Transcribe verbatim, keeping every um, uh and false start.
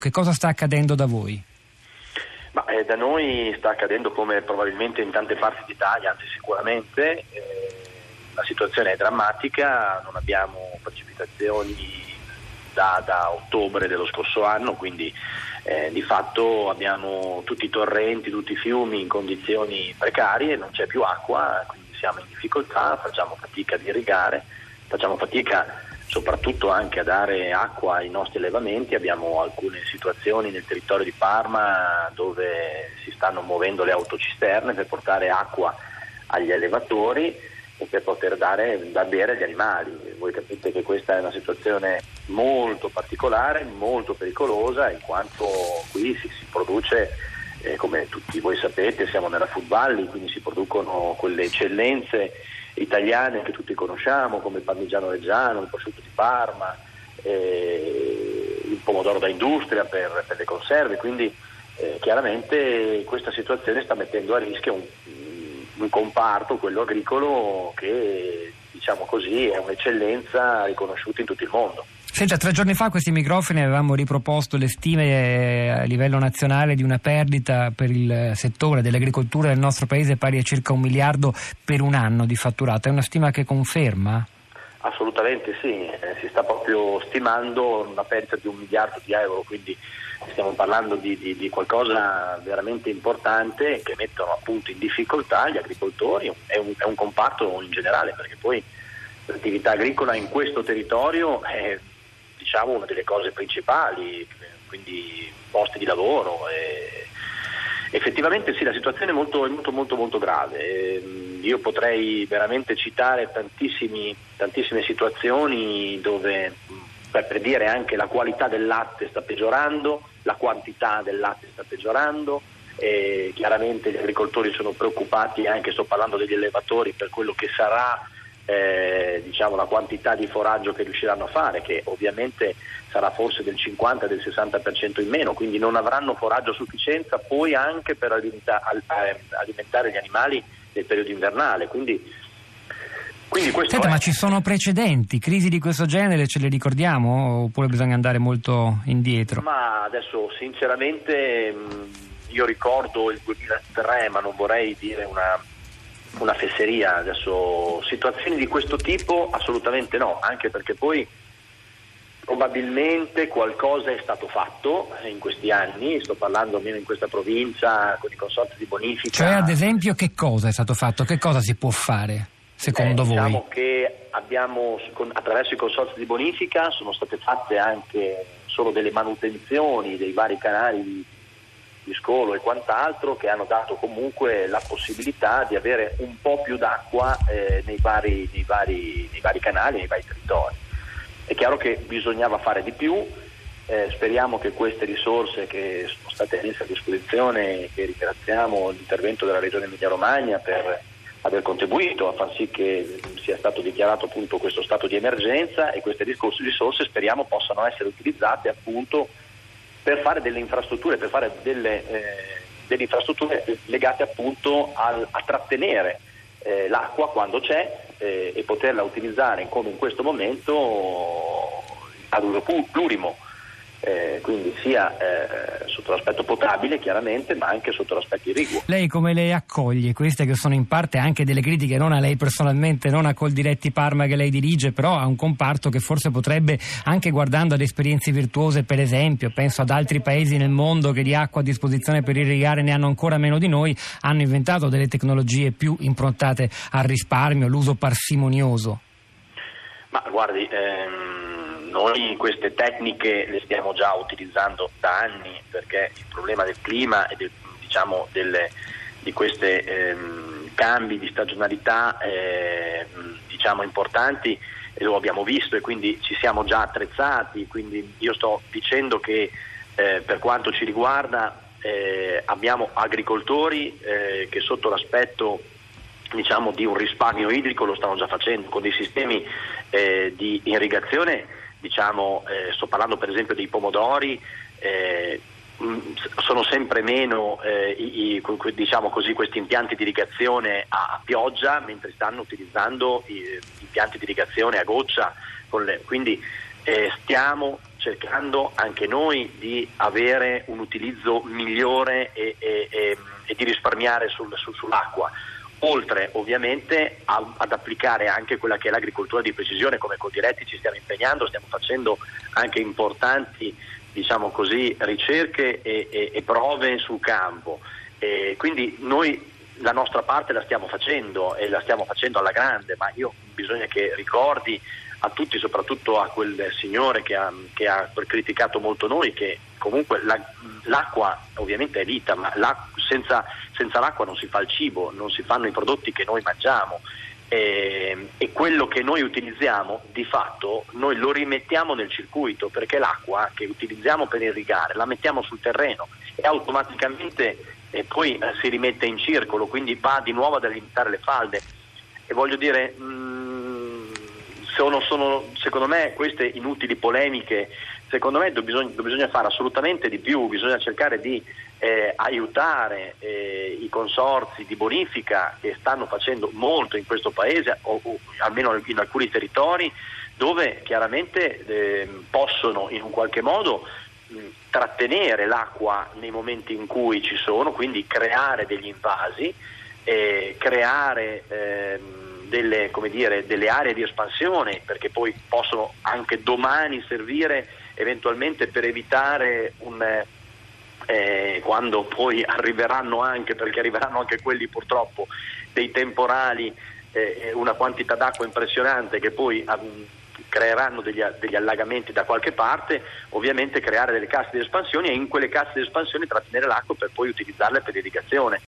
Che cosa sta accadendo da voi? Ma, eh, da noi sta accadendo come probabilmente in tante parti d'Italia, anzi sicuramente. Eh, la situazione è drammatica, non abbiamo precipitazioni da, da ottobre dello scorso anno, quindi eh, di fatto abbiamo tutti i torrenti, tutti i fiumi in condizioni precarie, non c'è più acqua, quindi siamo in difficoltà, facciamo fatica ad irrigare, facciamo fatica soprattutto anche a dare acqua ai nostri allevamenti. Abbiamo alcune situazioni nel territorio di Parma dove si stanno muovendo le autocisterne per portare acqua agli allevatori e per poter dare da bere agli animali. Voi capite che questa è una situazione molto particolare, molto pericolosa, in quanto qui si, si produce, eh, come tutti voi sapete, siamo nella Food Valley, quindi si producono quelle eccellenze italiane che tutti conosciamo, come il parmigiano reggiano, il prosciutto di Parma, eh, il pomodoro da industria per, per le conserve, quindi eh, chiaramente questa situazione sta mettendo a rischio un, un comparto, quello agricolo, che diciamo così è un'eccellenza riconosciuta in tutto il mondo. Senta, tre giorni fa a questi microfoni avevamo riproposto le stime a livello nazionale di una perdita per il settore dell'agricoltura del nostro paese pari a circa un miliardo per un anno di fatturato. È una stima che conferma? Assolutamente sì, eh, si sta proprio stimando una perdita di un miliardo di euro, quindi stiamo parlando di, di, di qualcosa veramente importante che mettono appunto in difficoltà gli agricoltori. È un, è un comparto in generale, perché poi l'attività agricola in questo territorio è, diciamo, una delle cose principali, quindi posti di lavoro. E effettivamente sì, la situazione è molto molto molto molto grave. Io potrei veramente citare tantissimi tantissime situazioni dove, per, per dire, anche la qualità del latte sta peggiorando, la quantità del latte sta peggiorando, e chiaramente gli agricoltori sono preoccupati, anche sto parlando degli allevatori, per quello che sarà Eh, diciamo la quantità di foraggio che riusciranno a fare, che ovviamente sarà forse del cinquanta del sessanta per cento in meno, quindi non avranno foraggio a sufficienza poi anche per alimenta- alimentare gli animali nel periodo invernale. Quindi, quindi questo Senta, è... ma ci sono precedenti, crisi di questo genere, ce le ricordiamo oppure bisogna andare molto indietro? Ma adesso sinceramente mh, io ricordo il duemilatré, ma non vorrei dire una una fesseria. Adesso situazioni di questo tipo assolutamente no, anche perché poi probabilmente qualcosa è stato fatto in questi anni, sto parlando almeno in questa provincia con i consorzi di bonifica. Cioè, ad esempio, che cosa è stato fatto? Che cosa si può fare secondo eh, voi? Diciamo che abbiamo, attraverso i consorzi di bonifica sono state fatte anche solo delle manutenzioni dei vari canali di di scolo e quant'altro, che hanno dato comunque la possibilità di avere un po' più d'acqua eh, nei, vari, nei, vari, nei vari canali, nei vari territori. È chiaro che bisognava fare di più, eh, speriamo che queste risorse che sono state messe a disposizione, che ringraziamo l'intervento della Regione Emilia-Romagna per aver contribuito a far sì che sia stato dichiarato appunto questo stato di emergenza, e queste risorse speriamo possano essere utilizzate appunto per fare delle infrastrutture, per fare delle, eh, delle infrastrutture legate appunto al, a trattenere eh, l'acqua quando c'è eh, e poterla utilizzare come in questo momento ad uso plurimo, eh, quindi sia eh, sotto l'aspetto potabile chiaramente, ma anche sotto l'aspetto irriguo. Lei come le accoglie queste che sono in parte anche delle critiche, non a lei personalmente, non a Coldiretti Parma che lei dirige, però a un comparto che forse potrebbe, anche guardando ad esperienze virtuose, per esempio penso ad altri paesi nel mondo che di acqua a disposizione per irrigare ne hanno ancora meno di noi, hanno inventato delle tecnologie più improntate al risparmio, all'uso parsimonioso? Ma guardi, ehm... noi queste tecniche le stiamo già utilizzando da anni, perché il problema del clima e del, diciamo delle, di questi ehm, cambi di stagionalità eh, diciamo importanti e lo abbiamo visto, e quindi ci siamo già attrezzati. Quindi io sto dicendo che eh, per quanto ci riguarda eh, abbiamo agricoltori eh, che sotto l'aspetto diciamo di un risparmio idrico lo stanno già facendo con dei sistemi eh, di irrigazione. Diciamo, eh, sto parlando per esempio dei pomodori, eh, mh, sono sempre meno eh, i, i, diciamo così, questi impianti di irrigazione a, a pioggia, mentre stanno utilizzando i, impianti di irrigazione a goccia, con le, quindi eh, stiamo cercando anche noi di avere un utilizzo migliore e, e, e, e di risparmiare sul, sul, sull'acqua, oltre ovviamente a, ad applicare anche quella che è l'agricoltura di precisione. Come Coldiretti ci stiamo impegnando, stiamo facendo anche importanti, diciamo così, ricerche e, e, e prove sul campo, e quindi noi la nostra parte la stiamo facendo e la stiamo facendo alla grande, ma io bisogna che ricordi a tutti, soprattutto a quel signore che ha, che ha criticato molto noi, che comunque la, l'acqua ovviamente è vita, ma la, senza, senza l'acqua non si fa il cibo, non si fanno i prodotti che noi mangiamo, e, e quello che noi utilizziamo di fatto noi lo rimettiamo nel circuito, perché l'acqua che utilizziamo per irrigare la mettiamo sul terreno e automaticamente e poi eh, si rimette in circolo, quindi va di nuovo ad alimentare le falde. E voglio dire, mh, sono, sono secondo me queste inutili polemiche. Secondo me do bisogna, do bisogna fare assolutamente di più, bisogna cercare di eh, aiutare eh, i consorzi di bonifica che stanno facendo molto in questo paese, o, o almeno in alcuni territori, dove chiaramente eh, possono in un qualche modo trattenere l'acqua nei momenti in cui ci sono, quindi creare degli invasi, eh, creare eh, delle, come dire, delle aree di espansione, perché poi possono anche domani servire eventualmente per evitare un eh, quando poi arriveranno anche, perché arriveranno anche quelli purtroppo, dei temporali, eh, una quantità d'acqua impressionante che poi um, creeranno degli, degli allagamenti da qualche parte, ovviamente creare delle casse di espansione e in quelle casse di espansione trattenere l'acqua per poi utilizzarle per irrigazione.